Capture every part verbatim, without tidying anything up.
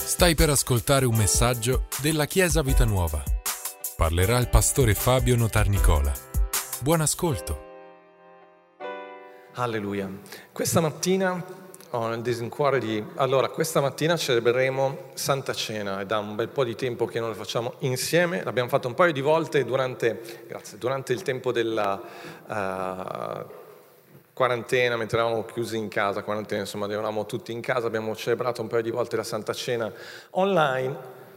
Stai per ascoltare un messaggio della Chiesa Vita Nuova. Parlerà il pastore Fabio Notarnicola. Buon ascolto. Alleluia. Questa mattina ho nel disincuore di... Allora, questa mattina celebreremo Santa Cena. È da un bel po' di tempo che non lo facciamo insieme. L'abbiamo fatto un paio di volte durante, grazie, durante il tempo della uh, quarantena, mentre eravamo chiusi in casa, quarantena, insomma, eravamo tutti in casa. Abbiamo celebrato un paio di volte la Santa Cena online,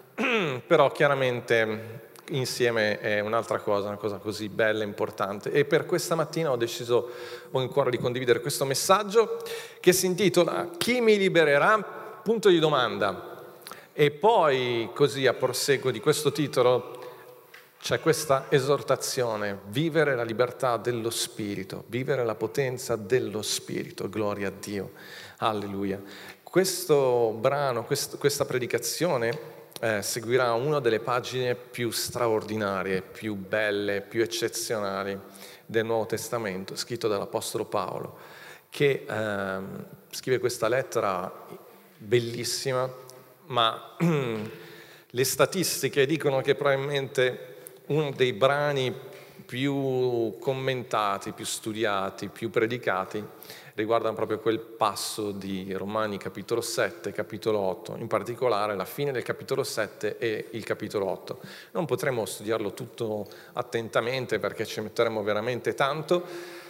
però chiaramente insieme è un'altra cosa, una cosa così bella e importante. E per questa mattina ho deciso, ho in cuore di condividere questo messaggio che si intitola Chi mi libererà? Punto di domanda. E poi, così a proseguo di questo titolo, c'è questa esortazione: vivere la libertà dello Spirito, vivere la potenza dello Spirito. Gloria a Dio. Alleluia. Questo brano, quest- questa predicazione Eh, seguirà una delle pagine più straordinarie, più belle, più eccezionali del Nuovo Testamento, scritto dall'Apostolo Paolo, che eh, scrive questa lettera bellissima, ma le statistiche dicono che probabilmente uno dei brani più commentati, più studiati, più predicati riguardano proprio quel passo di Romani capitolo sette, capitolo otto, in particolare la fine del capitolo sette e il capitolo otto. Non potremo studiarlo tutto attentamente perché ci metteremo veramente tanto,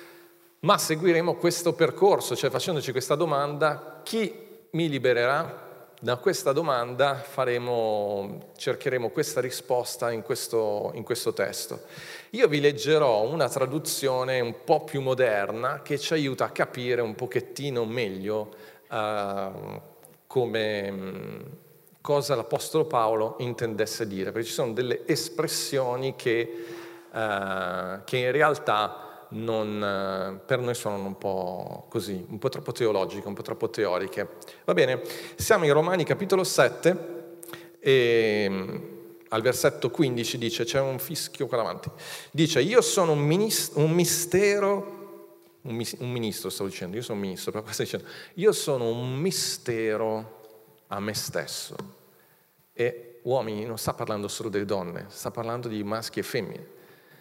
ma seguiremo questo percorso, cioè facendoci questa domanda: chi mi libererà? Da questa domanda faremo, cercheremo questa risposta in questo, in questo testo. Io vi leggerò una traduzione un po' più moderna che ci aiuta a capire un pochettino meglio uh, come, cosa l'Apostolo Paolo intendesse dire, perché ci sono delle espressioni che, uh, che in realtà Non, per noi sono un po' così, un po' troppo teologiche, un po' troppo teoriche. Va bene, siamo in Romani capitolo sette e al versetto quindici dice, c'è un fischio qua davanti, dice: io sono un, minist- un mistero, un, mis- un ministro stavo dicendo, io sono un ministro, però sto dicendo, io sono un mistero a me stesso. E uomini, non sta parlando solo delle donne, sta parlando di maschi e femmine.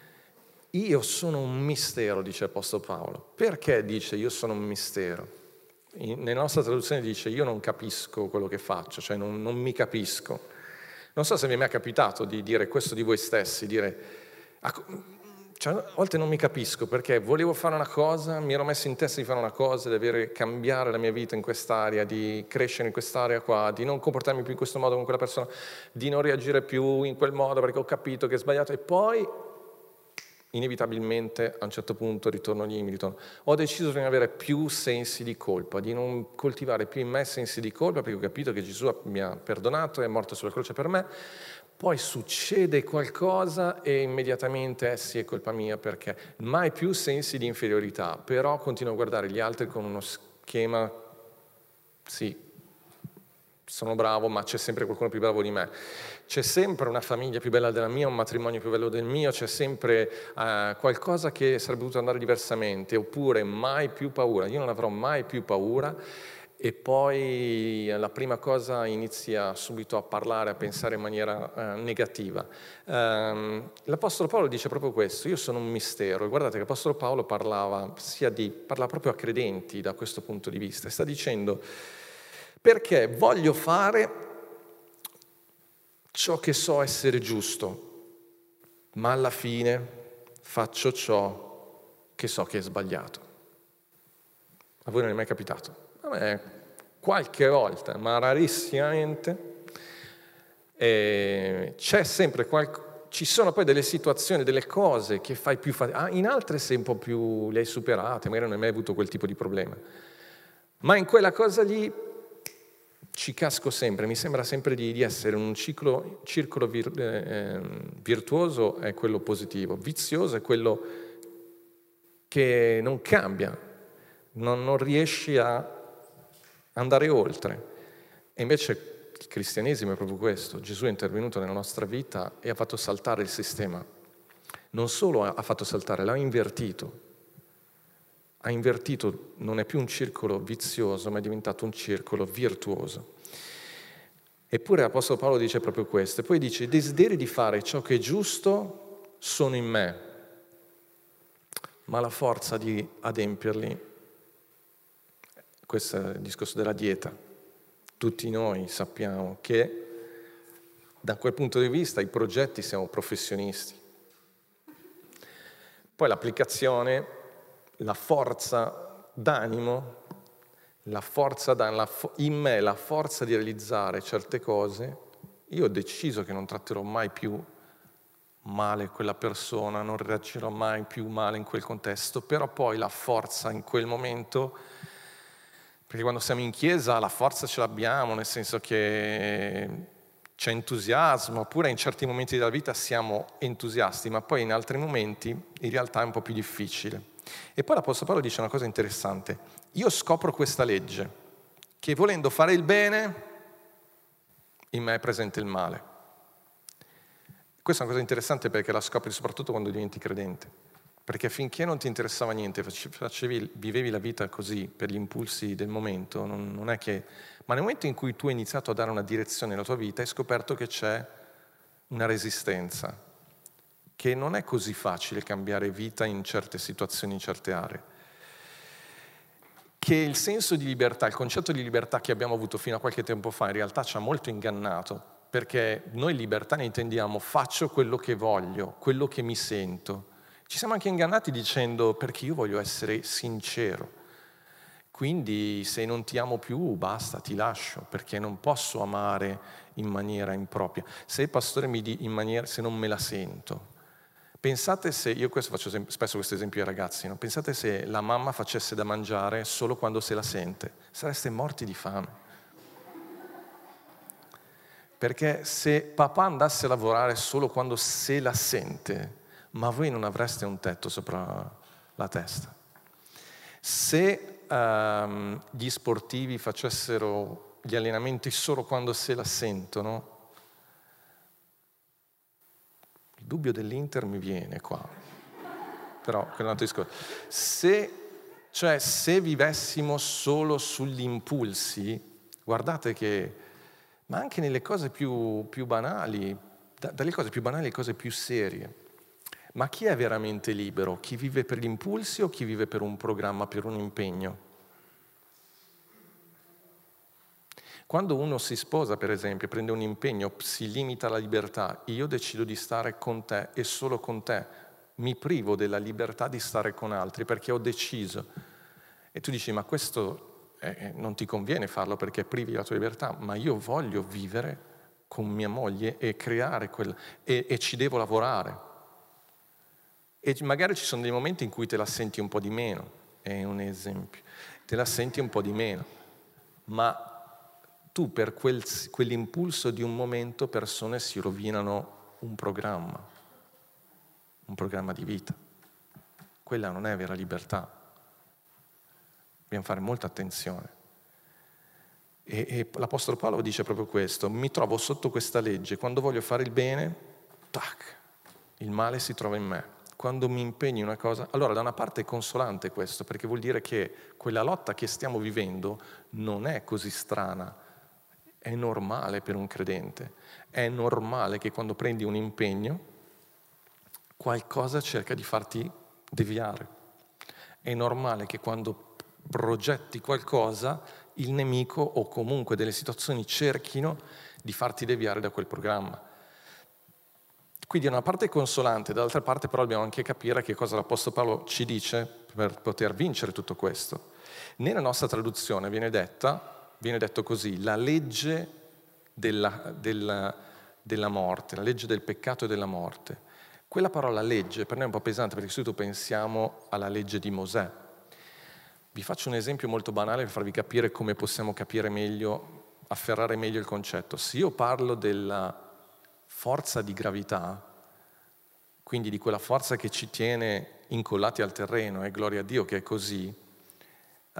Io sono un mistero, dice l'Apostolo Paolo. Perché dice io sono un mistero? In, nella nostra traduzione dice io non capisco quello che faccio, cioè non, non mi capisco. Non so se vi è mai capitato di dire questo di voi stessi, dire cioè, a volte non mi capisco perché volevo fare una cosa, mi ero messo in testa di fare una cosa, di avere, cambiare la mia vita in quest'area, di crescere in quest'area qua, di non comportarmi più in questo modo con quella persona, di non reagire più in quel modo perché ho capito che è sbagliato, e poi inevitabilmente a un certo punto ritorno lì, mi ritorno. Ho deciso di non avere più sensi di colpa, di non coltivare più in me sensi di colpa, perché ho capito che Gesù mi ha perdonato, è morto sulla croce per me. Poi succede qualcosa e immediatamente eh sì, è colpa mia, perché mai più sensi di inferiorità, però continuo a guardare gli altri con uno schema, sì, sono bravo, ma c'è sempre qualcuno più bravo di me. C'è sempre una famiglia più bella della mia, un matrimonio più bello del mio, c'è sempre uh, qualcosa che sarebbe dovuto andare diversamente, oppure mai più paura. Io non avrò mai più paura, e poi la prima cosa inizia subito a parlare, a pensare in maniera uh, negativa. Um, L'Apostolo Paolo dice proprio questo: io sono un mistero. E guardate che l'Apostolo Paolo parlava, sia di, parla proprio a credenti da questo punto di vista, e sta dicendo: perché voglio fare ciò che so essere giusto, ma alla fine faccio ciò che so che è sbagliato. A voi non è mai capitato? A me qualche volta, ma rarissimamente. E c'è sempre qualcosa. Ci sono poi delle situazioni, delle cose che fai più fatica, in altre sei un po' più, le hai superate, magari non hai mai avuto quel tipo di problema. Ma in quella cosa lì ci casco sempre, mi sembra sempre di, di essere un ciclo, circolo vir, eh, virtuoso è quello positivo, vizioso è quello che non cambia, non, non riesci a andare oltre. E invece il cristianesimo è proprio questo: Gesù è intervenuto nella nostra vita e ha fatto saltare il sistema. Non solo ha fatto saltare, l'ha invertito. Ha invertito, non è più un circolo vizioso, ma è diventato un circolo virtuoso. Eppure l'Apostolo Paolo dice proprio questo, e poi dice: i desideri di fare ciò che è giusto sono in me, ma la forza di adempierli, questo è il discorso della dieta. Tutti noi sappiamo che da quel punto di vista i progetti siamo professionisti. Poi l'applicazione, la forza d'animo, la forza d'animo, in me la forza di realizzare certe cose, io ho deciso che non tratterò mai più male quella persona, non reagirò mai più male in quel contesto, però poi la forza in quel momento, perché quando siamo in chiesa la forza ce l'abbiamo, nel senso che c'è entusiasmo, oppure in certi momenti della vita siamo entusiasti, ma poi in altri momenti in realtà è un po' più difficile. E poi l'Apostolo Paolo dice una cosa interessante: io scopro questa legge, che volendo fare il bene, in me è presente il male. Questa è una cosa interessante perché la scopri soprattutto quando diventi credente, perché finché non ti interessava niente, facevi, vivevi la vita così per gli impulsi del momento, non, non è che... Ma nel momento in cui tu hai iniziato a dare una direzione alla tua vita, hai scoperto che c'è una resistenza, che non è così facile cambiare vita in certe situazioni, in certe aree. Che il senso di libertà, il concetto di libertà che abbiamo avuto fino a qualche tempo fa, in realtà ci ha molto ingannato, perché noi libertà ne intendiamo faccio quello che voglio, quello che mi sento. Ci siamo anche ingannati dicendo perché io voglio essere sincero. Quindi se non ti amo più, basta, ti lascio, perché non posso amare in maniera impropria. Se il pastore mi dice in maniera, se non me la sento. Pensate se, io questo faccio spesso questo esempio ai ragazzi, no? Pensate se la mamma facesse da mangiare solo quando se la sente, sareste morti di fame. Perché se papà andasse a lavorare solo quando se la sente, ma voi non avreste un tetto sopra la testa. Se um, gli sportivi facessero gli allenamenti solo quando se la sentono, il dubbio dell'Inter mi viene qua, però quello è un altro discorso. Se, cioè, se vivessimo solo sugli impulsi, guardate che, ma anche nelle cose più, più banali, da, dalle cose più banali alle cose più serie, ma chi è veramente libero? Chi vive per gli impulsi o chi vive per un programma, per un impegno? Quando uno si sposa, per esempio, prende un impegno, si limita alla libertà, io decido di stare con te e solo con te, mi privo della libertà di stare con altri perché ho deciso. E tu dici, ma questo eh, non ti conviene farlo perché privi la tua libertà, ma io voglio vivere con mia moglie e creare quel... e, e ci devo lavorare. E magari ci sono dei momenti in cui te la senti un po' di meno, è un esempio, te la senti un po' di meno, ma tu per quel, quell'impulso di un momento persone si rovinano un programma, un programma di vita. Quella non è vera libertà. Dobbiamo fare molta attenzione. E, e l'Apostolo Paolo dice proprio questo, mi trovo sotto questa legge, quando voglio fare il bene, tac, il male si trova in me. Quando mi impegno in una cosa, allora da una parte è consolante questo, perché vuol dire che quella lotta che stiamo vivendo non è così strana, è normale per un credente, è normale che quando prendi un impegno qualcosa cerca di farti deviare, è normale che quando progetti qualcosa il nemico o comunque delle situazioni cerchino di farti deviare da quel programma. Quindi da una parte è consolante, dall'altra parte però dobbiamo anche capire che cosa l'Apostolo Paolo ci dice per poter vincere tutto questo. Nella nostra traduzione viene detta, viene detto così, la legge della, della, della morte, la legge del peccato e della morte. Quella parola legge per noi è un po' pesante perché di solito pensiamo alla legge di Mosè. Vi faccio un esempio molto banale per farvi capire come possiamo capire meglio, afferrare meglio il concetto. Se io parlo della forza di gravità, quindi di quella forza che ci tiene incollati al terreno, e gloria a Dio che è così, uh,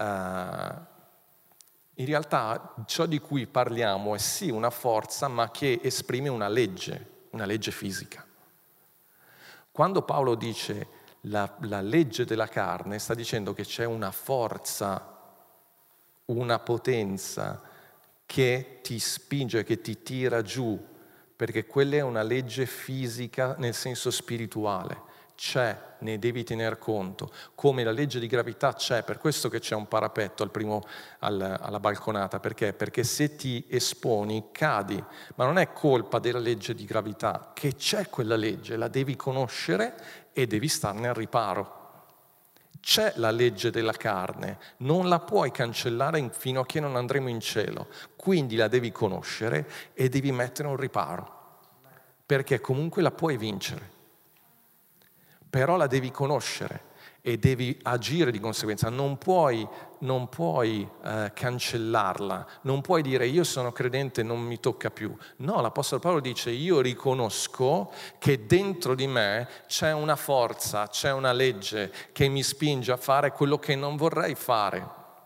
in realtà ciò di cui parliamo è sì una forza, ma che esprime una legge, una legge fisica. Quando Paolo dice la, la legge della carne, sta dicendo che c'è una forza, una potenza che ti spinge, che ti tira giù, perché quella è una legge fisica nel senso spirituale. C'è, ne devi tener conto, come la legge di gravità c'è, per questo che c'è un parapetto al primo, al, alla balconata, perché? Perché se ti esponi cadi, ma non è colpa della legge di gravità, che c'è quella legge, la devi conoscere e devi starne al riparo. C'è la legge della carne, non la puoi cancellare fino a che non andremo in cielo, quindi la devi conoscere e devi mettere un riparo, perché comunque la puoi vincere. Però la devi conoscere e devi agire di conseguenza, non puoi, non puoi eh, cancellarla, non puoi dire io sono credente, non mi tocca più. No, l'Apostolo Paolo dice io riconosco che dentro di me c'è una forza, c'è una legge che mi spinge a fare quello che non vorrei fare,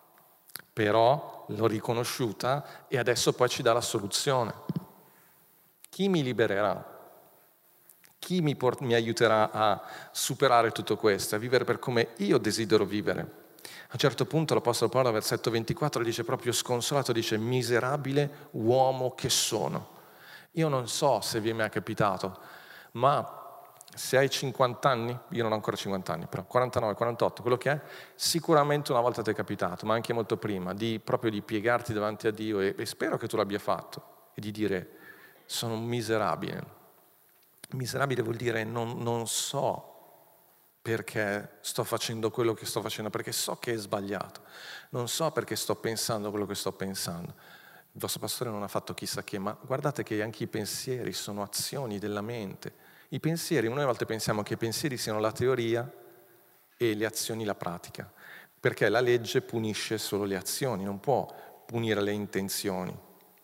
però l'ho riconosciuta e adesso poi ci dà la soluzione. Chi mi libererà? Chi mi, port- mi aiuterà a superare tutto questo, a vivere per come io desidero vivere? A un certo punto l'Apostolo Paolo, versetto ventiquattro, dice proprio sconsolato, dice miserabile uomo che sono. Io non so se vi è mai capitato, ma se hai cinquanta anni, io non ho ancora cinquanta anni, però quarantanove, quarantotto, quello che è, sicuramente una volta ti è capitato, ma anche molto prima, di proprio di piegarti davanti a Dio, e, e spero che tu l'abbia fatto, e di dire sono un miserabile. Miserabile vuol dire non, non so perché sto facendo quello che sto facendo, perché so che è sbagliato, non so perché sto pensando quello che sto pensando. Il vostro pastore non ha fatto chissà che, ma guardate che anche i pensieri sono azioni della mente. I pensieri, noi a volte pensiamo che i pensieri siano la teoria e le azioni la pratica, perché la legge punisce solo le azioni, non può punire le intenzioni.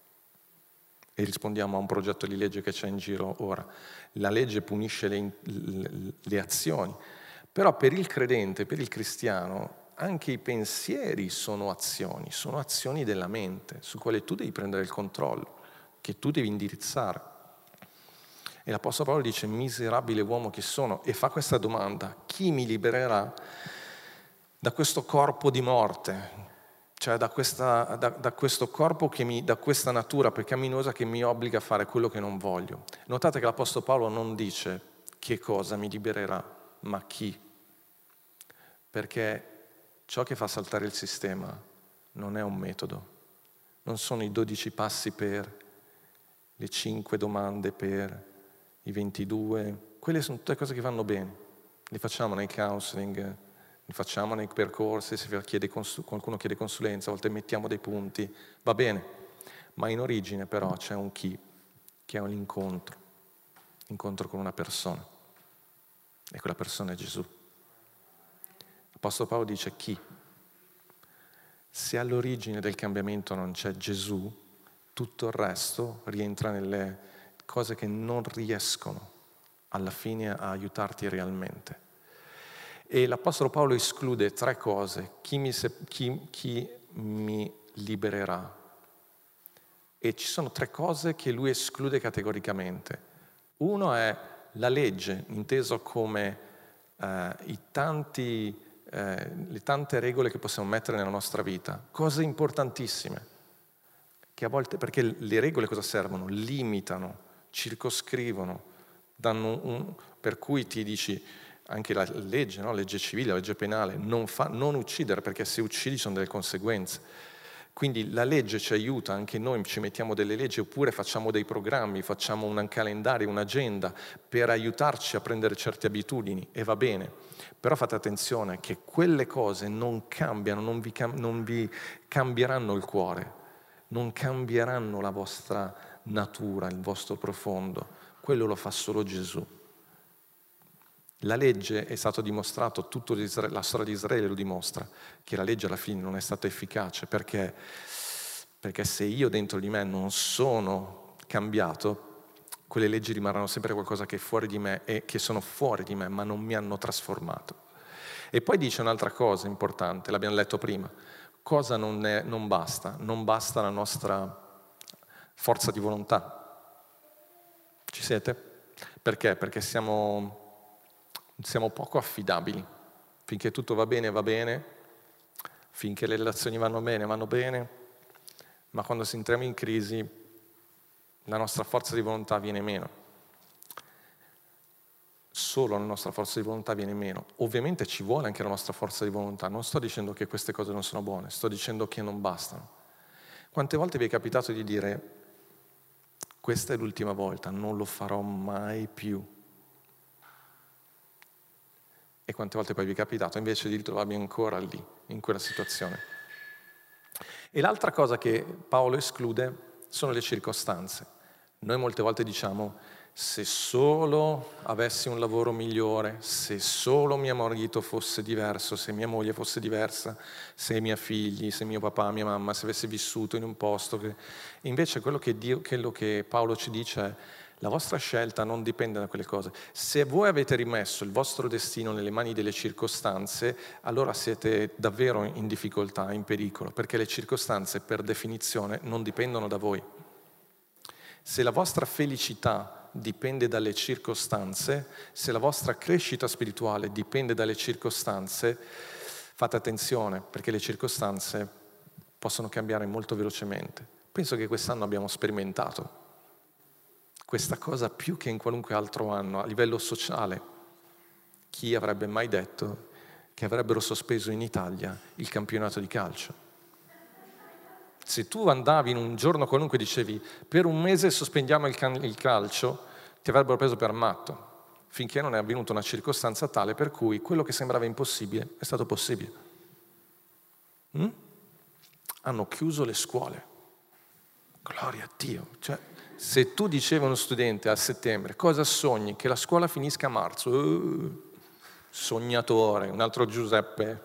E rispondiamo a un progetto di legge che c'è in giro ora. La legge punisce le, le, le azioni, però per il credente, per il cristiano, anche i pensieri sono azioni, sono azioni della mente, su quale tu devi prendere il controllo, che tu devi indirizzare. E l'Apostolo Paolo dice, miserabile uomo che sono, e fa questa domanda, chi mi libererà da questo corpo di morte? Cioè da, questa, da, da questo corpo, che mi, da questa natura peccaminosa che mi obbliga a fare quello che non voglio. Notate che l'Apostolo Paolo non dice che cosa mi libererà, ma chi. Perché ciò che fa saltare il sistema non è un metodo, non sono i dodici passi per, le cinque domande per, i ventidue, quelle sono tutte cose che vanno bene, le facciamo nei counseling, li facciamo nei percorsi, se chiede consul- qualcuno chiede consulenza, a volte mettiamo dei punti, va bene, ma in origine però c'è un chi, che è un incontro, incontro con una persona, e quella persona è Gesù. L'Apostolo Paolo dice chi? Se all'origine del cambiamento non c'è Gesù, tutto il resto rientra nelle cose che non riescono alla fine a aiutarti realmente. E l'Apostolo Paolo esclude tre cose, chi mi, se, chi, chi mi libererà. E ci sono tre cose che lui esclude categoricamente. Uno è la legge, inteso come eh, i tanti, eh, le tante regole che possiamo mettere nella nostra vita, cose importantissime, che a volte, perché le regole cosa servono? Limitano, circoscrivono, danno un, per cui ti dici, anche la legge, no? legge civile, la legge penale, non, fa, non uccidere, perché se uccidi ci sono delle conseguenze. Quindi la legge ci aiuta, anche noi ci mettiamo delle leggi, oppure facciamo dei programmi, facciamo un calendario, un'agenda per aiutarci a prendere certe abitudini, e va bene. Però fate attenzione che quelle cose non cambiano, non vi, cam- non vi cambieranno il cuore, non cambieranno la vostra natura, il vostro profondo. Quello lo fa solo Gesù. La legge è stato dimostrato, tutta la storia di Israele lo dimostra, che la legge alla fine non è stata efficace, perché, perché se io dentro di me non sono cambiato, quelle leggi rimarranno sempre qualcosa che è fuori di me e che sono fuori di me, ma non mi hanno trasformato. E poi dice un'altra cosa importante, l'abbiamo letto prima, cosa non, è, non basta? Non basta la nostra forza di volontà. Ci siete? Perché? Perché siamo... siamo poco affidabili. Finché tutto va bene, va bene, finché le relazioni vanno bene, vanno bene, ma quando si entriamo in crisi la nostra forza di volontà viene meno. Solo la nostra forza di volontà viene meno. Ovviamente ci vuole anche la nostra forza di volontà. Non sto dicendo che queste cose non sono buone, sto dicendo che non bastano. Quante volte vi è capitato di dire: questa è l'ultima volta, non lo farò mai più? E quante volte poi vi è capitato invece di ritrovarvi ancora lì, in quella situazione? E l'altra cosa che Paolo esclude sono le circostanze. Noi molte volte diciamo: se solo avessi un lavoro migliore, se solo mio marito fosse diverso, se mia moglie fosse diversa, se i miei figli, se mio papà, mia mamma, se avessi vissuto in un posto che... Invece quello che, Dio, quello che Paolo ci dice è: la vostra scelta non dipende da quelle cose. Se voi avete rimesso il vostro destino nelle mani delle circostanze, allora siete davvero in difficoltà, in pericolo, perché le circostanze per definizione non dipendono da voi. Se la vostra felicità dipende dalle circostanze, se la vostra crescita spirituale dipende dalle circostanze, fate attenzione, perché le circostanze possono cambiare molto velocemente. Penso che quest'anno abbiamo sperimentato questa cosa più che in qualunque altro anno a livello sociale. Chi avrebbe mai detto che avrebbero sospeso in Italia il campionato di calcio? Se tu andavi in un giorno qualunque e dicevi: per un mese sospendiamo il, can- il calcio, ti avrebbero preso per matto, finché non è avvenuta una circostanza tale per cui quello che sembrava impossibile è stato possibile. Mm? Hanno chiuso le scuole. Gloria a Dio. Cioè, se tu dicevi a uno studente a settembre: cosa sogni? Che la scuola finisca a marzo. Uh, sognatore, un altro Giuseppe.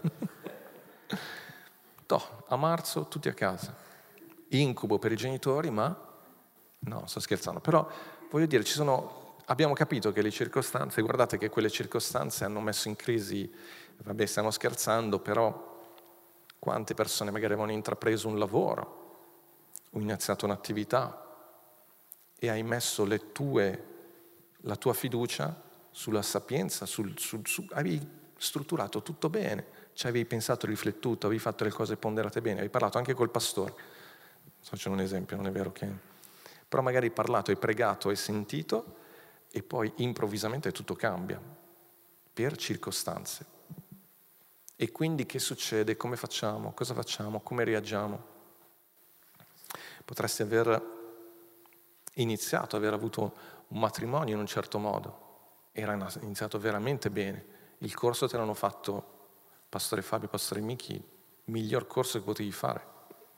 Toh, a marzo tutti a casa. Incubo per i genitori, ma no, sto scherzando. Però voglio dire, ci sono, abbiamo capito che le circostanze, guardate che quelle circostanze hanno messo in crisi, vabbè, stiamo scherzando, però quante persone magari avevano intrapreso un lavoro o iniziato un'attività e hai messo le tue, la tua fiducia sulla sapienza, sul, sul, su, avevi strutturato tutto bene, ci avevi pensato, riflettuto, avevi fatto le cose ponderate bene, avevi parlato anche col pastore. Faccio un esempio, non è vero che... Però magari hai parlato, hai pregato, hai sentito e poi improvvisamente tutto cambia per circostanze. E quindi che succede? Come facciamo? Cosa facciamo? Come reagiamo? Potresti aver iniziato, aver avuto un matrimonio in un certo modo. Era iniziato veramente bene. Il corso te l'hanno fatto Pastore Fabio, Pastore Michi, il miglior corso che potevi fare.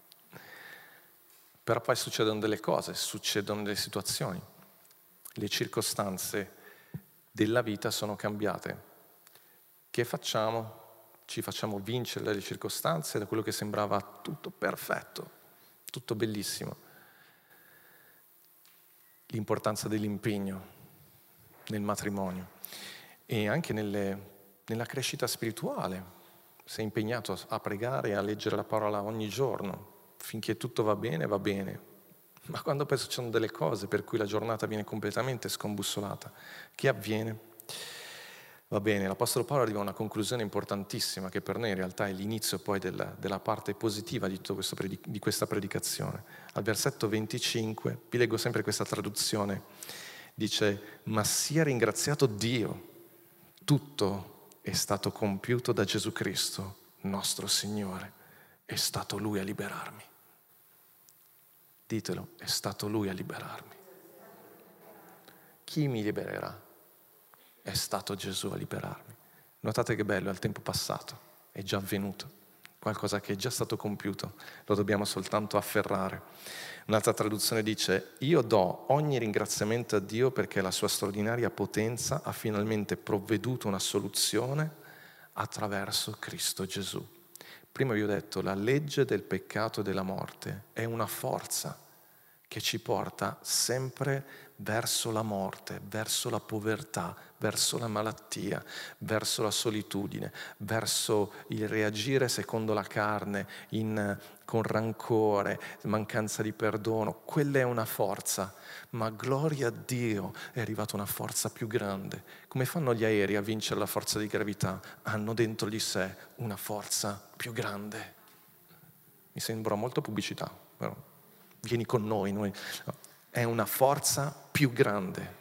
Però poi succedono delle cose, succedono delle situazioni. Le circostanze della vita sono cambiate. Che facciamo? Ci facciamo vincere dalle circostanze, da quello che sembrava tutto perfetto, tutto bellissimo. L'importanza dell'impegno nel matrimonio e anche nelle, nella crescita spirituale. Sei impegnato a pregare e a leggere la parola ogni giorno. Finché tutto va bene, va bene. Ma quando poi succedono delle cose per cui la giornata viene completamente scombussolata, che avviene? Va bene, l'Apostolo Paolo arriva a una conclusione importantissima che per noi in realtà è l'inizio poi della, della parte positiva di, tutto questo, di questa predicazione. Al versetto venticinque, vi leggo sempre questa traduzione, dice: ma sia ringraziato Dio, tutto è stato compiuto da Gesù Cristo, nostro Signore. È stato Lui a liberarmi. Ditelo, è stato Lui a liberarmi. Chi mi libererà? È stato Gesù a liberarmi. Notate che bello, è al tempo passato, è già avvenuto. Qualcosa che è già stato compiuto, lo dobbiamo soltanto afferrare. Un'altra traduzione dice: io do ogni ringraziamento a Dio perché la sua straordinaria potenza ha finalmente provveduto una soluzione attraverso Cristo Gesù. Prima vi ho detto, la legge del peccato e della morte è una forza che ci porta sempre verso la morte, verso la povertà, verso la malattia, verso la solitudine, verso il reagire secondo la carne, in, con rancore, mancanza di perdono. Quella è una forza, ma gloria a Dio è arrivata una forza più grande. Come fanno gli aerei a vincere la forza di gravità? Hanno dentro di sé una forza più grande. Mi sembra molto pubblicità, però. vieni con noi, noi. No, è una forza più grande.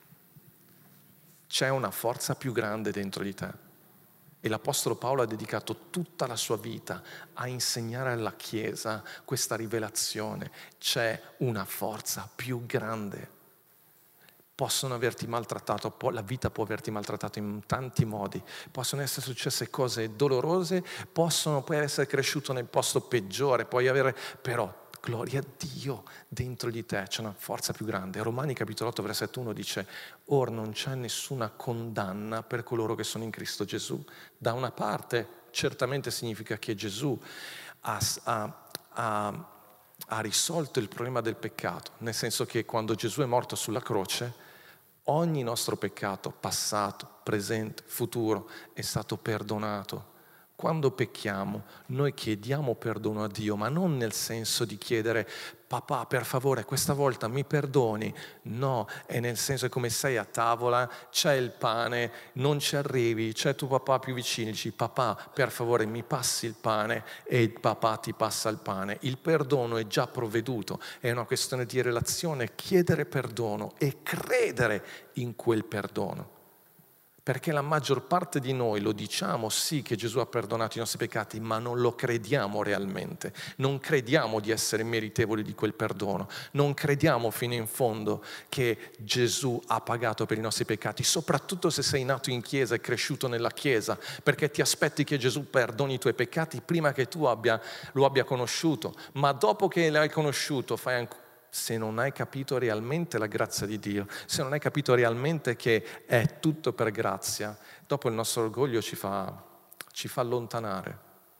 C'è una forza più grande dentro di te. E l'Apostolo Paolo ha dedicato tutta la sua vita a insegnare alla Chiesa questa rivelazione. C'è una forza più grande. Possono averti maltrattato, la vita può averti maltrattato in tanti modi, possono essere successe cose dolorose, possono poi essere cresciuto nel posto peggiore, puoi avere, però gloria a Dio, dentro di te c'è una forza più grande. Romani capitolo otto versetto uno dice: or non c'è nessuna condanna per coloro che sono in Cristo Gesù. Da una parte certamente significa che Gesù ha, ha, ha, ha risolto il problema del peccato, nel senso che quando Gesù è morto sulla croce ogni nostro peccato, passato, presente, futuro, è stato perdonato. Quando pecchiamo, noi chiediamo perdono a Dio, ma non nel senso di chiedere: papà, per favore, questa volta mi perdoni. No, è nel senso che come sei a tavola, c'è il pane, non ci arrivi, c'è tuo papà più vicino, dici: papà, per favore, mi passi il pane, e il papà ti passa il pane. Il perdono è già provveduto, è una questione di relazione, chiedere perdono e credere in quel perdono. Perché la maggior parte di noi lo diciamo sì che Gesù ha perdonato i nostri peccati, ma non lo crediamo realmente. Non crediamo di essere meritevoli di quel perdono. Non crediamo fino in fondo che Gesù ha pagato per i nostri peccati, soprattutto se sei nato in chiesa e cresciuto nella chiesa, perché ti aspetti che Gesù perdoni i tuoi peccati prima che tu abbia, lo abbia conosciuto. Ma dopo che l'hai conosciuto fai ancora. Se non hai capito realmente la grazia di Dio, se non hai capito realmente che è tutto per grazia, dopo il nostro orgoglio ci fa, ci fa allontanare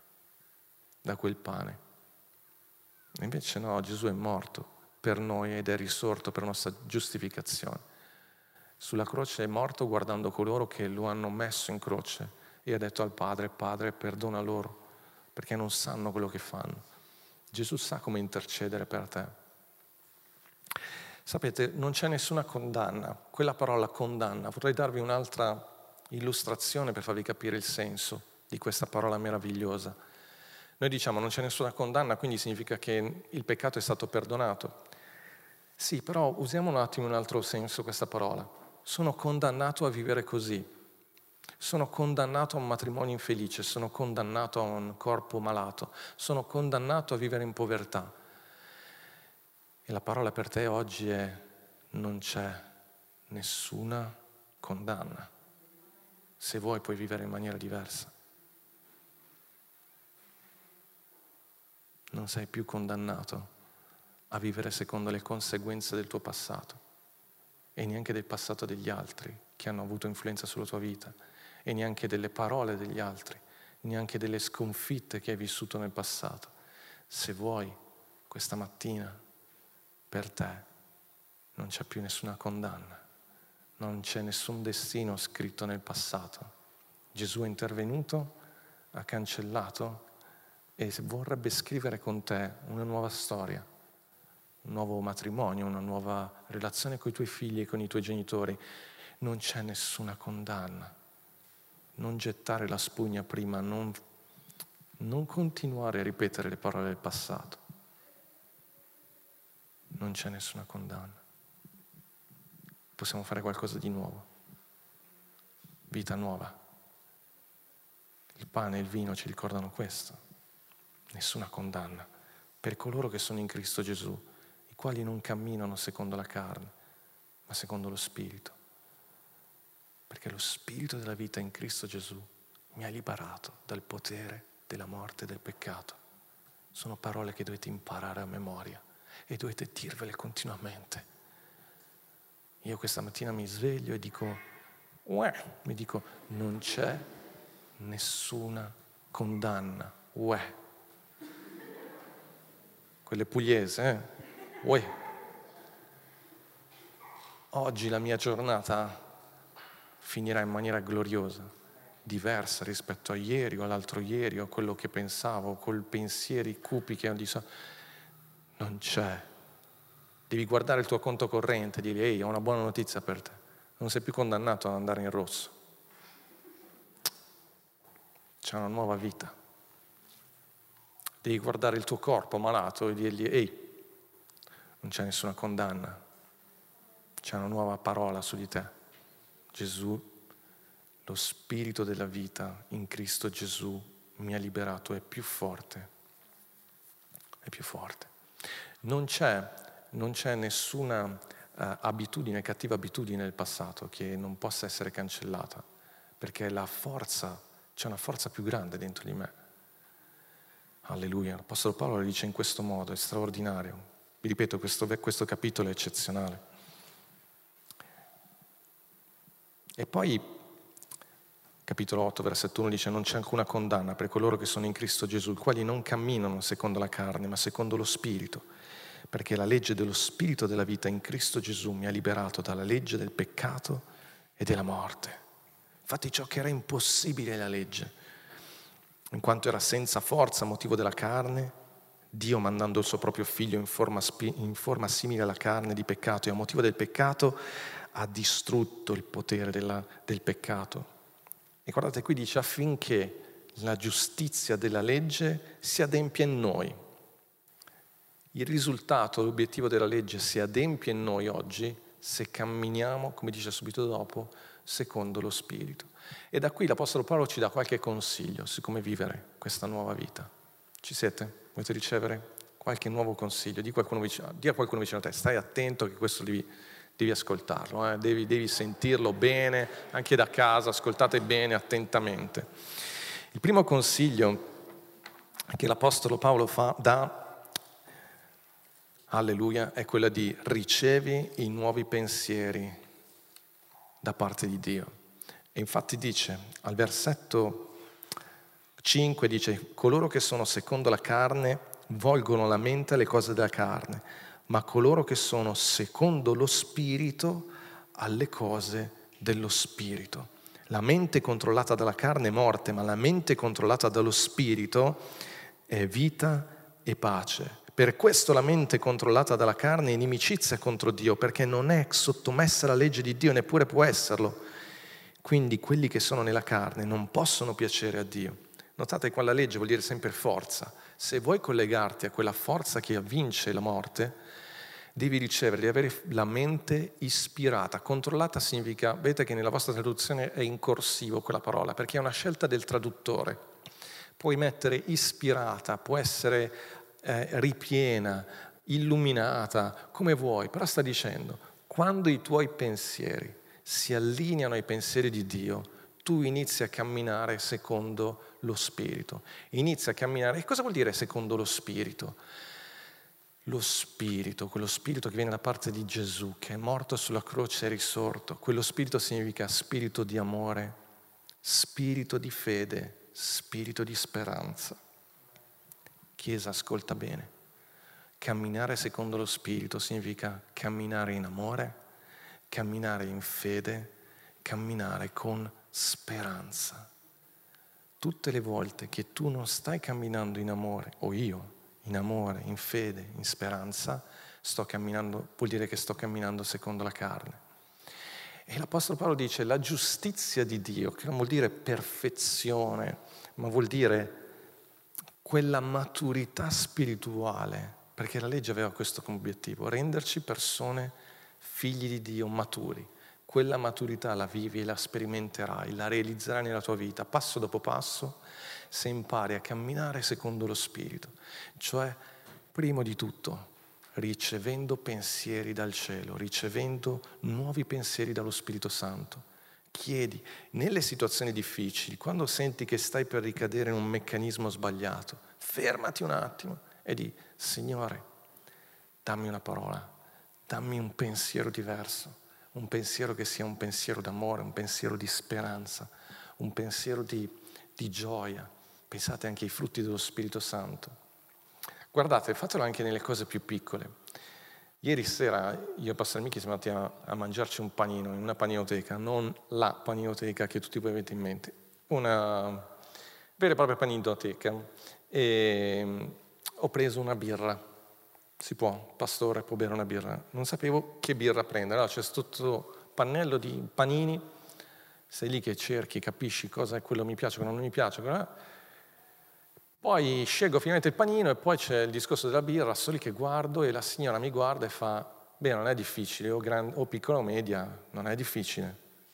da quel pane. E invece no, Gesù è morto per noi ed è risorto per nostra giustificazione. Sulla croce è morto guardando coloro che lo hanno messo in croce e ha detto al Padre: Padre, perdona loro, perché non sanno quello che fanno. Gesù sa come intercedere per te. Sapete, non c'è nessuna condanna. Quella parola condanna, vorrei darvi un'altra illustrazione per farvi capire il senso di questa parola meravigliosa. Noi diciamo non c'è nessuna condanna, quindi significa che il peccato è stato perdonato. Sì, però usiamo un attimo in un altro senso questa parola. Sono condannato a vivere così. Sono condannato a un matrimonio infelice, sono condannato a un corpo malato, sono condannato a vivere in povertà. E la parola per te oggi è: non c'è nessuna condanna. Se vuoi puoi vivere in maniera diversa. Non sei più condannato a vivere secondo le conseguenze del tuo passato e neanche del passato degli altri che hanno avuto influenza sulla tua vita, e neanche delle parole degli altri, neanche delle sconfitte che hai vissuto nel passato. Se vuoi, questa mattina per te non c'è più nessuna condanna, non c'è nessun destino scritto nel passato. Gesù è intervenuto, ha cancellato e vorrebbe scrivere con te una nuova storia, un nuovo matrimonio, una nuova relazione con i tuoi figli e con i tuoi genitori. Non c'è nessuna condanna. Non gettare la spugna prima, non, non continuare a ripetere le parole del passato. Non c'è nessuna condanna. Possiamo fare qualcosa di nuovo. Vita nuova. Il pane e il vino ci ricordano questo. Nessuna condanna per coloro che sono in Cristo Gesù, i quali non camminano secondo la carne, ma secondo lo Spirito. Perché lo Spirito della vita in Cristo Gesù mi ha liberato dal potere della morte e del peccato. Sono parole che dovete imparare a memoria e dovete dirvele continuamente. Io questa mattina mi sveglio e dico, uè, mi dico, non c'è nessuna condanna, uè. Quelle pugliese, eh? Uè. Oggi la mia giornata finirà in maniera gloriosa, diversa rispetto a ieri o all'altro ieri o a quello che pensavo, col pensieri cupi che ho di so. Non c'è. Devi guardare il tuo conto corrente e dire: ehi, ho una buona notizia per te. Non sei più condannato ad andare in rosso. C'è una nuova vita. Devi guardare il tuo corpo malato e dirgli: ehi, non c'è nessuna condanna, c'è una nuova parola su di te. Gesù, lo spirito della vita in Cristo Gesù mi ha liberato, è più forte, è più forte. Non c'è, non c'è nessuna uh, abitudine, cattiva abitudine nel passato che non possa essere cancellata, perché la forza, c'è una forza più grande dentro di me. Alleluia. L'Apostolo Paolo lo dice in questo modo, è straordinario. Vi ripeto, questo, questo capitolo è eccezionale. E poi, capitolo otto, versetto uno dice: non c'è alcuna condanna per coloro che sono in Cristo Gesù, i quali non camminano secondo la carne, ma secondo lo Spirito, perché la legge dello Spirito della vita in Cristo Gesù mi ha liberato dalla legge del peccato e della morte. Infatti ciò che era impossibile alla legge, in quanto era senza forza a motivo della carne, Dio mandando il suo proprio figlio in forma, in forma simile alla carne di peccato e a motivo del peccato ha distrutto il potere della, del peccato. E guardate, qui dice affinché la giustizia della legge si adempia in noi. Il risultato, l'obiettivo della legge si adempie in noi oggi se camminiamo, come dice subito dopo, secondo lo Spirito. E da qui l'Apostolo Paolo ci dà qualche consiglio su come vivere questa nuova vita. Ci siete? Volete ricevere qualche nuovo consiglio? Di qualcuno vicino, di a qualcuno vicino a te, stai attento che questo devi, devi ascoltarlo, eh? devi, devi sentirlo bene, anche da casa, ascoltate bene, attentamente. Il primo consiglio che l'Apostolo Paolo fa, dà, alleluia, è quello di ricevi i nuovi pensieri da parte di Dio. E infatti dice, al versetto cinque dice: coloro che sono secondo la carne volgono la mente alle cose della carne, ma coloro che sono secondo lo Spirito alle cose dello Spirito. La mente controllata dalla carne è morte, ma la mente controllata dallo Spirito è vita e pace. Per questo la mente controllata dalla carne è inimicizia contro Dio, perché non è sottomessa alla legge di Dio, neppure può esserlo. Quindi quelli che sono nella carne non possono piacere a Dio. Notate qua la legge vuol dire sempre forza. Se vuoi collegarti a quella forza che vince la morte, devi ricevere, devi avere la mente ispirata. Controllata significa, vedete che nella vostra traduzione è in corsivo quella parola, perché è una scelta del traduttore. Puoi mettere ispirata, può essere eh, ripiena, illuminata, come vuoi, però sta dicendo, quando i tuoi pensieri si allineano ai pensieri di Dio, tu inizi a camminare secondo lo Spirito. Inizi a camminare. E cosa vuol dire secondo lo Spirito? Lo Spirito, quello Spirito che viene da parte di Gesù, che è morto sulla croce e è risorto. Quello Spirito significa spirito di amore, spirito di fede, spirito di speranza. Chiesa, ascolta bene. Camminare secondo lo Spirito significa camminare in amore, camminare in fede, camminare con speranza. Tutte le volte che tu non stai camminando in amore, o io, in amore, in fede, in speranza, sto camminando, vuol dire che sto camminando secondo la carne. E l'Apostolo Paolo dice la giustizia di Dio, che non vuol dire perfezione, ma vuol dire quella maturità spirituale, perché la legge aveva questo come obiettivo, renderci persone figli di Dio maturi. Quella maturità la vivi, la sperimenterai, la realizzerai nella tua vita, passo dopo passo, se impari a camminare secondo lo Spirito. Cioè, primo di tutto, ricevendo pensieri dal cielo, ricevendo nuovi pensieri dallo Spirito Santo. Chiedi, nelle situazioni difficili, quando senti che stai per ricadere in un meccanismo sbagliato, fermati un attimo e di, Signore, dammi una parola, dammi un pensiero diverso. Un pensiero che sia un pensiero d'amore, un pensiero di speranza, un pensiero di, di gioia. Pensate anche ai frutti dello Spirito Santo. Guardate, fatelo anche nelle cose più piccole. Ieri sera io e Pastor Michi siamo andati a, a mangiarci un panino in una paninoteca, non la paninoteca che tutti voi avete in mente, una vera e propria paninoteca. E ho preso una birra. Si può, pastore può bere una birra. Non sapevo che birra prendere. Allora c'è tutto pannello di panini, sei lì che cerchi, capisci cosa è quello che mi piace, quello non mi piace. Poi scelgo finalmente il panino e poi c'è il discorso della birra, sto lì che guardo e la signora mi guarda e fa: beh, non è difficile, o, gran, o piccola o media, non è difficile.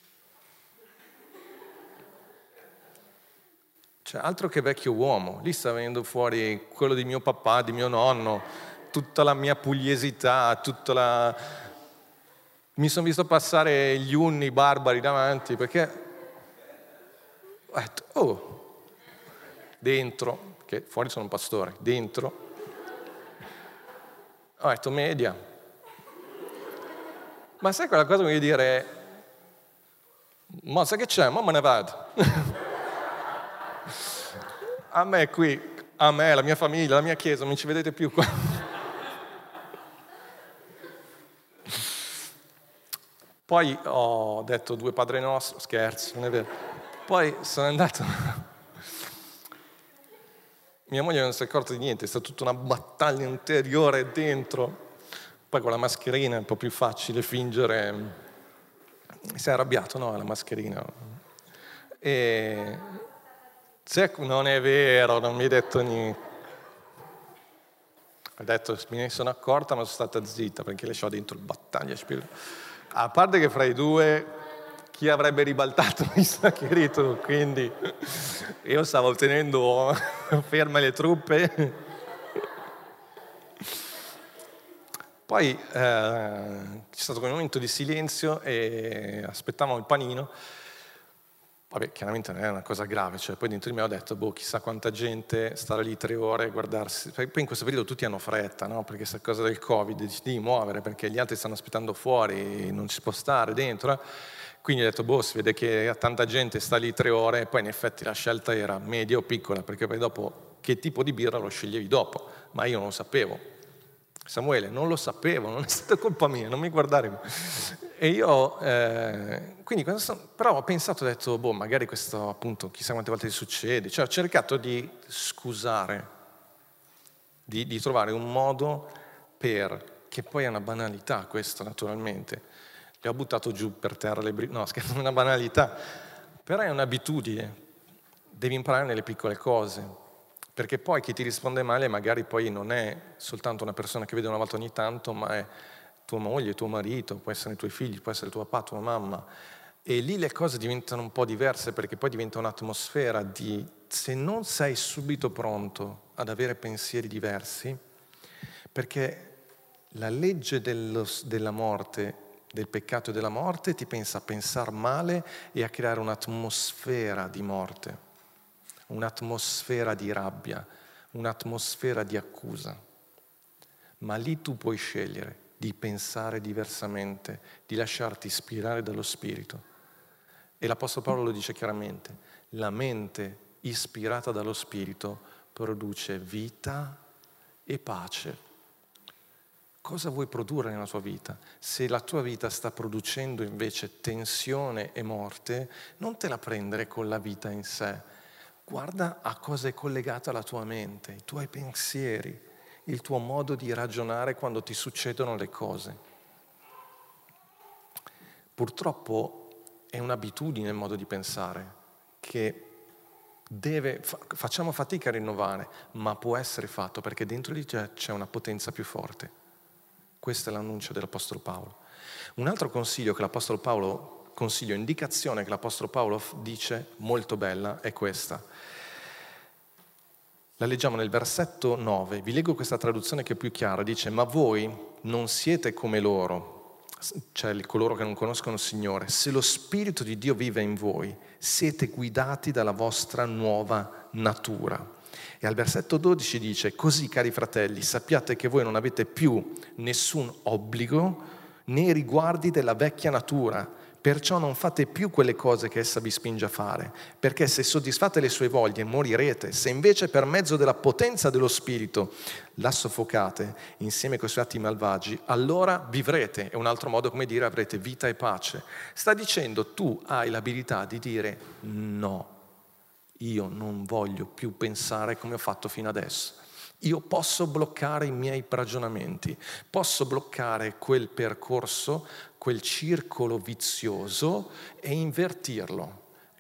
Cioè, altro che vecchio uomo, lì sta venendo fuori quello di mio papà, di mio nonno, tutta la mia pugliesità, tutta la... Mi sono visto passare gli unni barbari davanti, perché... Ho detto, oh, dentro... che fuori sono un pastore, dentro, ho detto media. Ma sai quella cosa che voglio dire? Ma sai che c'è? Ma me ne vado. A me qui, a me, la mia famiglia, la mia chiesa, non ci vedete più qua. Poi ho detto due Padre Nostro, scherzo, non è vero. Poi sono andato... Mia moglie non si è accorta di niente, è stata tutta una battaglia interiore dentro. Poi con la mascherina è un po' più facile fingere. Si è arrabbiato, no, la mascherina. E... non è vero, non mi hai detto niente. Ho detto, me ne sono accorta, ma sono stata zitta, perché le c'ho dentro il battaglia spirituale. A parte che fra i due... chi avrebbe ribaltato mi sa che eri tu, quindi io stavo tenendo ferme le truppe. Poi eh, c'è stato quel momento di silenzio e aspettavamo il panino. Vabbè, chiaramente non è una cosa grave, cioè poi dentro di me ho detto, boh, chissà quanta gente stare lì tre ore e guardarsi. Poi in questo periodo tutti hanno fretta, no? Perché questa cosa del Covid, di, di muovere, perché gli altri stanno aspettando fuori, non ci può stare dentro. Eh? Quindi ho detto, boh, si vede che tanta gente sta lì tre ore, e poi in effetti la scelta era media o piccola, perché poi dopo che tipo di birra lo sceglievi dopo, ma io non lo sapevo. Samuele, non lo sapevo, non è stata colpa mia, non mi guardare. E io, eh, quindi, quando sono, però ho pensato, ho detto, boh, magari questo appunto, chissà quante volte succede. Cioè ho cercato di scusare, di, di trovare un modo per, che poi è una banalità questo naturalmente, le ho buttato giù per terra le briciole, no scherzo, è una banalità, però è un'abitudine, devi imparare nelle piccole cose. Perché poi chi ti risponde male magari poi non è soltanto una persona che vede una volta ogni tanto, ma è tua moglie, tuo marito, può essere i tuoi figli, può essere tuo papà, tua mamma. E lì le cose diventano un po' diverse perché poi diventa un'atmosfera di... se non sei subito pronto ad avere pensieri diversi, perché la legge dello, della morte, del peccato e della morte ti pensa a pensare male e a creare un'atmosfera di morte. Un'atmosfera di rabbia, un'atmosfera di accusa. Ma lì tu puoi scegliere di pensare diversamente, di lasciarti ispirare dallo Spirito. E l'Apostolo Paolo lo dice chiaramente, la mente ispirata dallo Spirito produce vita e pace. Cosa vuoi produrre nella tua vita? Se la tua vita sta producendo invece tensione e morte, non te la prendere con la vita in sé. Guarda a cosa è collegata la tua mente, i tuoi pensieri, il tuo modo di ragionare quando ti succedono le cose. Purtroppo è un'abitudine il modo di pensare che deve, facciamo fatica a rinnovare, ma può essere fatto perché dentro di te c'è una potenza più forte. Questo è l'annuncio dell'Apostolo Paolo. Un altro consiglio che l'Apostolo Paolo consiglio, indicazione che l'Apostolo Paolo dice, molto bella, è questa. La leggiamo nel versetto nove, vi leggo questa traduzione che è più chiara, dice, ma voi non siete come loro, cioè coloro che non conoscono il Signore, se lo Spirito di Dio vive in voi, siete guidati dalla vostra nuova natura. E al versetto dodici dice, così cari fratelli, sappiate che voi non avete più nessun obbligo nei riguardi della vecchia natura, perciò non fate più quelle cose che essa vi spinge a fare, perché se soddisfate le sue voglie morirete, se invece per mezzo della potenza dello Spirito la soffocate insieme con i suoi atti malvagi, allora vivrete, è un altro modo come dire avrete vita e pace. Sta dicendo tu hai l'abilità di dire no, io non voglio più pensare come ho fatto fino adesso. Io posso bloccare i miei ragionamenti, posso bloccare quel percorso, quel circolo vizioso e invertirlo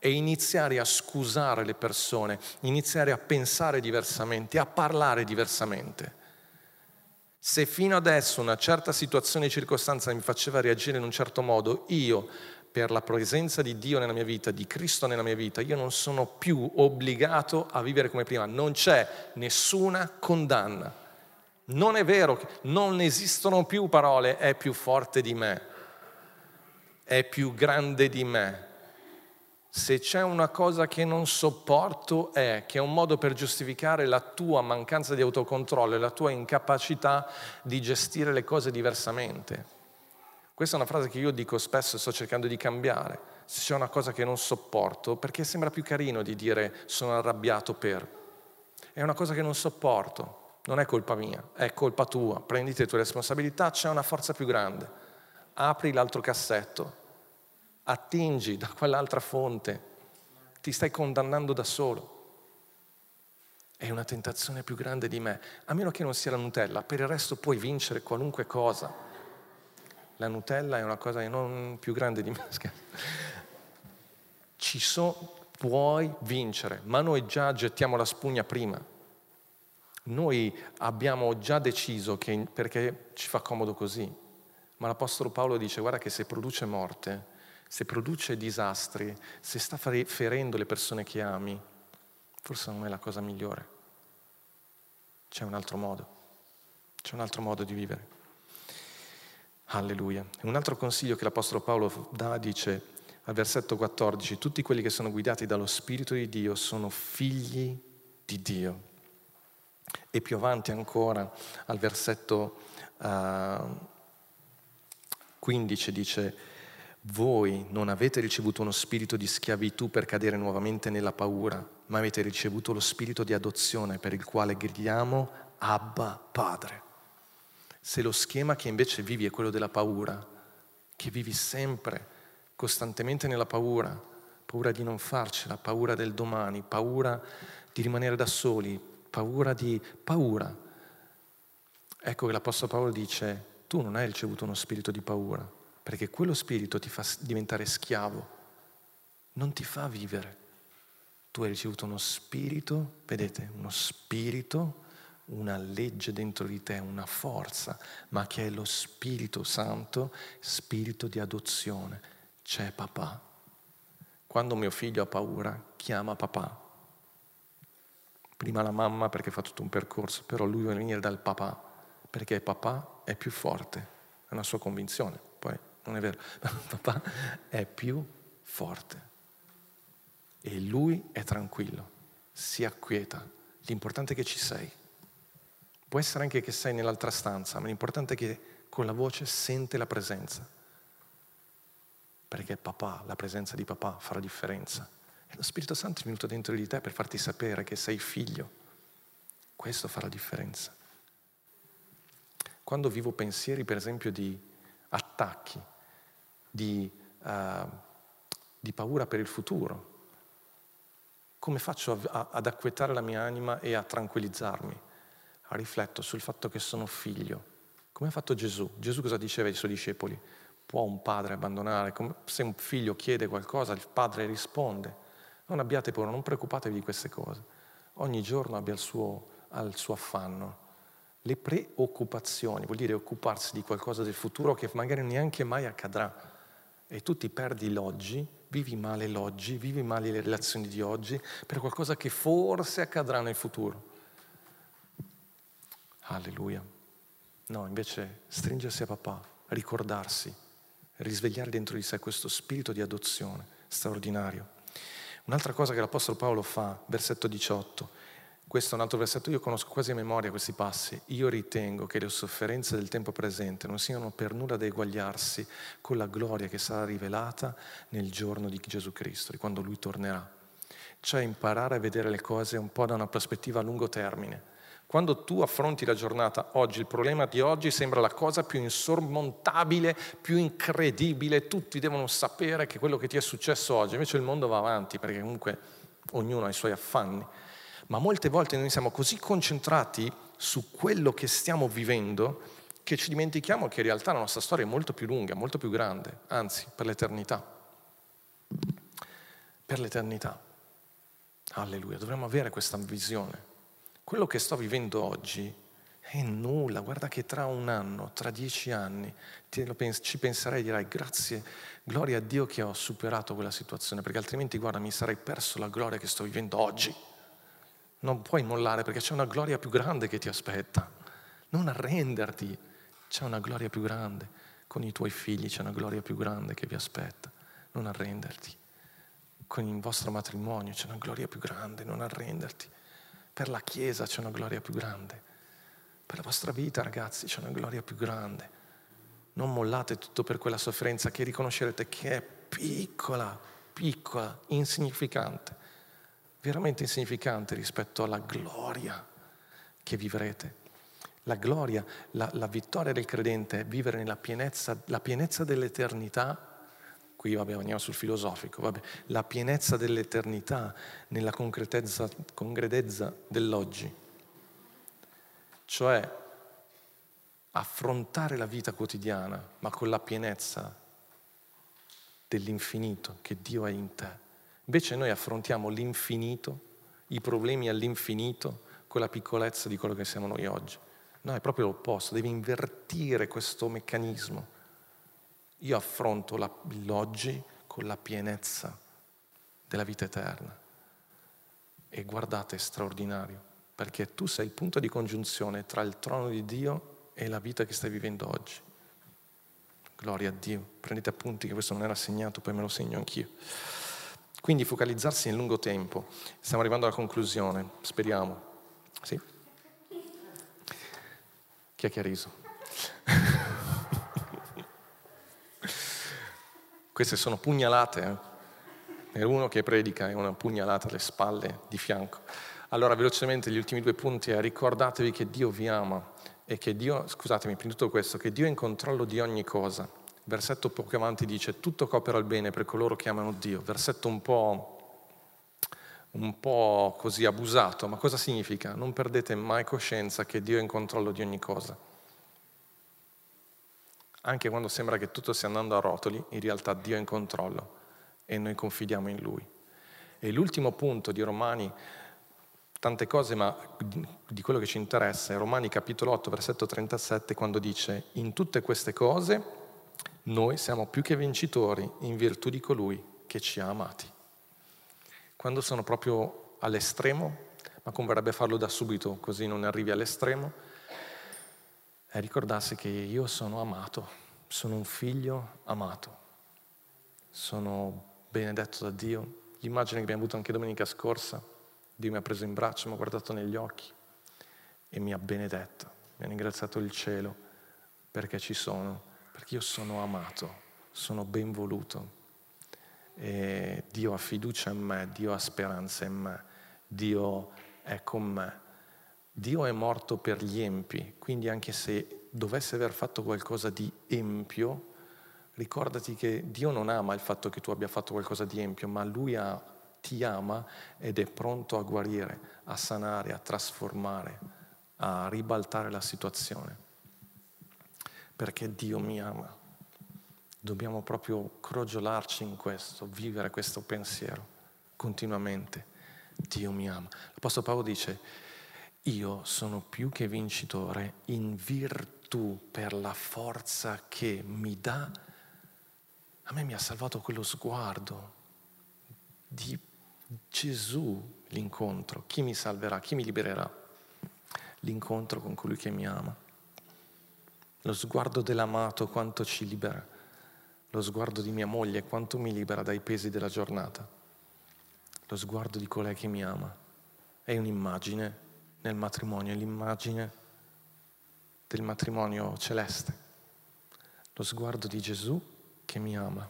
e iniziare a scusare le persone, iniziare a pensare diversamente, a parlare diversamente. Se fino adesso una certa situazione e circostanza mi faceva reagire in un certo modo, io, per la presenza di Dio nella mia vita, di Cristo nella mia vita, io non sono più obbligato a vivere come prima. Non c'è nessuna condanna. Non è vero, che non esistono più parole, è più forte di me, è più grande di me. Se c'è una cosa che non sopporto è che è un modo per giustificare la tua mancanza di autocontrollo e la tua incapacità di gestire le cose diversamente. Questa è una frase che io dico spesso e sto cercando di cambiare. Se c'è una cosa che non sopporto, perché sembra più carino di dire sono arrabbiato per. È una cosa che non sopporto, non è colpa mia, è colpa tua. Prenditi le tue responsabilità, c'è una forza più grande. Apri l'altro cassetto. Attingi da quell'altra fonte, ti stai condannando da solo. È una tentazione più grande di me, a meno che non sia la Nutella, per il resto puoi vincere qualunque cosa. La Nutella è una cosa che non più grande di me. Ci so, puoi vincere, ma noi già gettiamo la spugna prima. Noi abbiamo già deciso che perché ci fa comodo così, ma l'Apostolo Paolo dice guarda che se produce morte, se produce disastri, se sta ferendo le persone che ami, forse non è la cosa migliore. C'è un altro modo, c'è un altro modo di vivere. Alleluia. Un altro consiglio che l'Apostolo Paolo dà, dice al versetto quattordici, tutti quelli che sono guidati dallo Spirito di Dio sono figli di Dio. E più avanti ancora, al versetto uh, quindici, dice voi non avete ricevuto uno spirito di schiavitù per cadere nuovamente nella paura, ma avete ricevuto lo spirito di adozione per il quale gridiamo Abba Padre. Se lo schema che invece vivi è quello della paura, che vivi sempre, costantemente nella paura, paura di non farcela, paura del domani, paura di rimanere da soli, paura di paura. Ecco che l'Apostolo Paolo dice, tu non hai ricevuto uno spirito di paura, perché quello spirito ti fa diventare schiavo, non ti fa vivere. Tu hai ricevuto uno spirito, vedete, uno spirito, una legge dentro di te, una forza, ma che è lo Spirito Santo, spirito di adozione. C'è papà. Quando mio figlio ha paura, chiama papà. Prima la mamma perché fa tutto un percorso, però lui vuole venire dal papà, perché papà è più forte, è una sua convinzione, poi non è vero, ma papà è più forte e lui è tranquillo, si acquieta, l'importante è che ci sei. Può essere anche che sei nell'altra stanza, ma l'importante è che con la voce sente la presenza, perché papà, la presenza di papà fa la differenza. E lo Spirito Santo è venuto dentro di te per farti sapere che sei figlio. Questo fa la differenza. Quando vivo pensieri, per esempio, di attacchi, di, uh, di paura per il futuro, come faccio a, a, ad acquietare la mia anima e a tranquillizzarmi? Rifletto sul fatto che sono figlio. Come ha fatto Gesù? Gesù cosa diceva ai suoi discepoli? Può un padre abbandonare? Se un figlio chiede qualcosa, il padre risponde. Non abbiate paura, non preoccupatevi di queste cose. Ogni giorno abbia il suo, ha il suo affanno. Le preoccupazioni vuol dire occuparsi di qualcosa del futuro che magari neanche mai accadrà. E tu ti perdi l'oggi, vivi male l'oggi, vivi male le relazioni di oggi per qualcosa che forse accadrà nel futuro. Alleluia. No, invece stringersi a papà, ricordarsi, risvegliare dentro di sé questo spirito di adozione straordinario. Un'altra cosa che l'Apostolo Paolo fa, versetto diciotto, questo è un altro versetto, io conosco quasi a memoria questi passi. Io ritengo che le sofferenze del tempo presente non siano per nulla da eguagliarsi con la gloria che sarà rivelata nel giorno di Gesù Cristo, di quando Lui tornerà. Cioè imparare a vedere le cose un po' da una prospettiva a lungo termine. Quando tu affronti la giornata oggi, il problema di oggi sembra la cosa più insormontabile, più incredibile, tutti devono sapere che quello che ti è successo oggi, invece il mondo va avanti perché comunque ognuno ha i suoi affanni. Ma molte volte noi siamo così concentrati su quello che stiamo vivendo che ci dimentichiamo che in realtà la nostra storia è molto più lunga, molto più grande, anzi per l'eternità. per l'eternità. Alleluia, dovremmo avere questa visione. Quello che sto vivendo oggi è nulla, guarda che tra un anno, tra dieci anni, ti lo pens- ci penserai e dirai grazie, gloria a Dio che ho superato quella situazione, perché altrimenti, guarda, mi sarei perso la gloria che sto vivendo oggi. Non puoi mollare perché c'è una gloria più grande che ti aspetta. Non arrenderti, c'è una gloria più grande. Con i tuoi figli c'è una gloria più grande che vi aspetta. Non arrenderti. Con il vostro matrimonio c'è una gloria più grande, non arrenderti. Per la Chiesa c'è una gloria più grande. Per la vostra vita, ragazzi, c'è una gloria più grande. Non mollate tutto per quella sofferenza che riconoscerete che è piccola, piccola, insignificante. Veramente insignificante rispetto alla gloria che vivrete. La gloria, la, la vittoria del credente è vivere nella pienezza, la pienezza dell'eternità. Qui vabbè, andiamo sul filosofico, vabbè. La pienezza dell'eternità nella concretezza, concretezza dell'oggi. Cioè affrontare la vita quotidiana, ma con la pienezza dell'infinito che Dio è in te. Invece noi affrontiamo l'infinito, i problemi all'infinito, con la piccolezza di quello che siamo noi oggi. No, è proprio l'opposto, devi invertire questo meccanismo. Io affronto la, l'oggi con la pienezza della vita eterna. E guardate, è straordinario, perché tu sei il punto di congiunzione tra il trono di Dio e la vita che stai vivendo oggi. Gloria a Dio. Prendete appunti che questo non era segnato, poi me lo segno anch'io. Quindi focalizzarsi nel lungo tempo. Stiamo arrivando alla conclusione, speriamo. Sì? Chi è che ha riso? Queste sono pugnalate, eh? È uno che predica e una pugnalata alle spalle di fianco. Allora, velocemente, gli ultimi due punti è: ricordatevi che Dio vi ama e che Dio, scusatemi, prima di tutto questo, che Dio è in controllo di ogni cosa. Versetto poco avanti dice: tutto coopera al bene per coloro che amano Dio. Versetto un po', un po' così abusato, ma cosa significa? Non perdete mai coscienza che Dio è in controllo di ogni cosa. Anche quando sembra che tutto stia andando a rotoli, in realtà Dio è in controllo e noi confidiamo in Lui. E l'ultimo punto di Romani, tante cose, ma di quello che ci interessa, è Romani capitolo otto, versetto trentasette, quando dice: in tutte queste cose noi siamo più che vincitori in virtù di colui che ci ha amati. Quando sono proprio all'estremo, ma converrebbe farlo da subito così non arrivi all'estremo, è ricordarsi che io sono amato, sono un figlio amato, sono benedetto da Dio. L'immagine che abbiamo avuto anche domenica scorsa, Dio mi ha preso in braccio, mi ha guardato negli occhi e mi ha benedetto, mi ha ringraziato il cielo perché ci sono, perché io sono amato, sono ben voluto. E Dio ha fiducia in me, Dio ha speranza in me, Dio è con me. Dio è morto per gli empi, quindi anche se dovesse aver fatto qualcosa di empio, ricordati che Dio non ama il fatto che tu abbia fatto qualcosa di empio, ma Lui ha, ti ama ed è pronto a guarire, a sanare, a trasformare, a ribaltare la situazione. Perché Dio mi ama. Dobbiamo proprio crogiolarci in questo, vivere questo pensiero continuamente. Dio mi ama. L'Apostolo Paolo dice: io sono più che vincitore in virtù per la forza che mi dà. A me mi ha salvato quello sguardo di Gesù, l'incontro. Chi mi salverà? Chi mi libererà? L'incontro con colui che mi ama. Lo sguardo dell'amato quanto ci libera. Lo sguardo di mia moglie quanto mi libera dai pesi della giornata. Lo sguardo di colei che mi ama. È un'immagine nel matrimonio, è l'immagine del matrimonio celeste. Lo sguardo di Gesù che mi ama,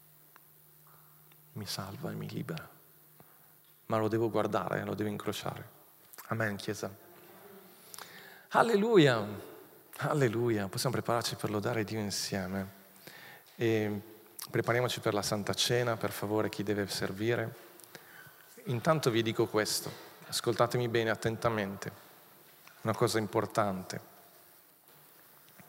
mi salva e mi libera. Ma lo devo guardare, lo devo incrociare. Amen, Chiesa. Alleluia, alleluia. Possiamo prepararci per lodare Dio insieme. E prepariamoci per la Santa Cena, per favore, chi deve servire. Intanto vi dico questo, ascoltatemi bene attentamente, una cosa importante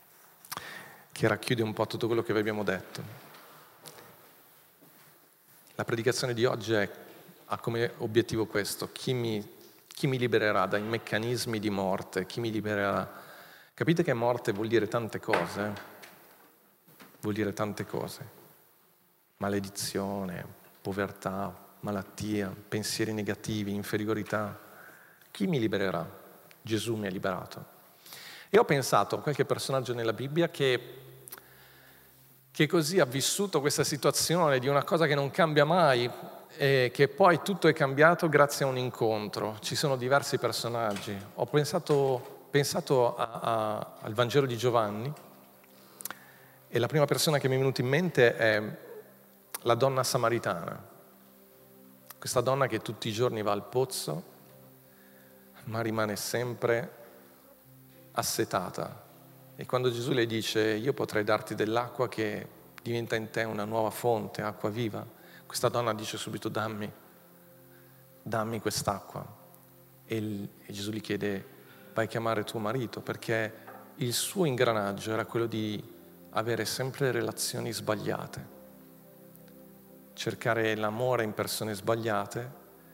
che racchiude un po' tutto quello che vi abbiamo detto. La predicazione di oggi è, ha come obiettivo questo: chi mi, chi mi libererà dai meccanismi di morte, chi mi libererà. Capite che morte vuol dire tante cose? Vuol dire tante cose. Maledizione, povertà, malattia, pensieri negativi, inferiorità. Chi mi libererà? Gesù mi ha liberato. E ho pensato a qualche personaggio nella Bibbia che, che così ha vissuto questa situazione di una cosa che non cambia mai e che poi tutto è cambiato grazie a un incontro. Ci sono diversi personaggi. Ho pensato, pensato a, a, al Vangelo di Giovanni e la prima persona che mi è venuta in mente è la donna samaritana. Questa donna che tutti i giorni va al pozzo, ma rimane sempre assetata. E quando Gesù le dice: io potrei darti dell'acqua che diventa in te una nuova fonte, acqua viva, questa donna dice subito: dammi, dammi quest'acqua. E, il, e Gesù gli chiede: vai a chiamare tuo marito, perché il suo ingranaggio era quello di avere sempre relazioni sbagliate, cercare l'amore in persone sbagliate.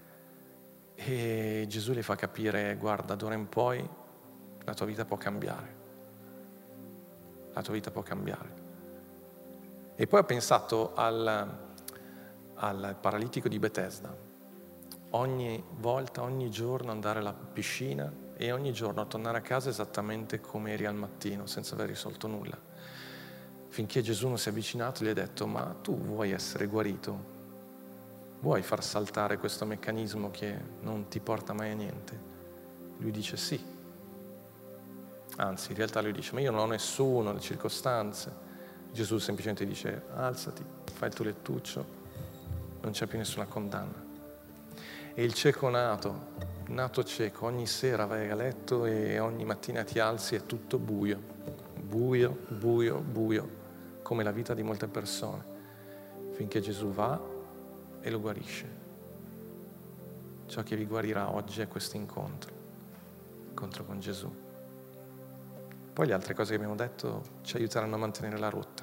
E Gesù le fa capire: guarda, d'ora in poi la tua vita può cambiare. La tua vita può cambiare. E poi ho pensato al, al paralitico di Betesda. Ogni volta, ogni giorno andare alla piscina e ogni giorno tornare a casa esattamente come eri al mattino, senza aver risolto nulla. Finché Gesù non si è avvicinato e gli ha detto: ma tu vuoi essere guarito? Vuoi far saltare questo meccanismo che non ti porta mai a niente? Lui dice sì. Anzi, in realtà lui dice: ma io non ho nessuno, le circostanze. Gesù semplicemente dice: alzati, fai il tuo lettuccio, non c'è più nessuna condanna. E il cieco nato, nato cieco, ogni sera vai a letto e ogni mattina ti alzi, è tutto buio, buio, buio, buio, come la vita di molte persone, finché Gesù va e lo guarisce. Ciò che vi guarirà oggi è questo incontro, incontro con Gesù. Poi le altre cose che abbiamo detto ci aiuteranno a mantenere la rotta.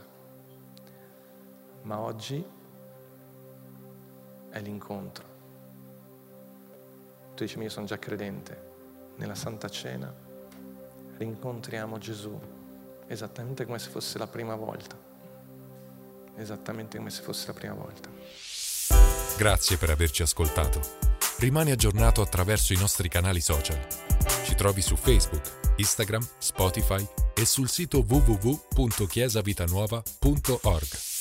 Ma oggi è l'incontro. Tu dici: ma io sono già credente. Nella Santa Cena rincontriamo Gesù esattamente come se fosse la prima volta. Esattamente come se fosse la prima volta. Grazie per averci ascoltato. Rimani aggiornato attraverso i nostri canali social. Ci trovi su Facebook, Instagram, Spotify e sul sito w w w punto chiesa vitanuova punto org.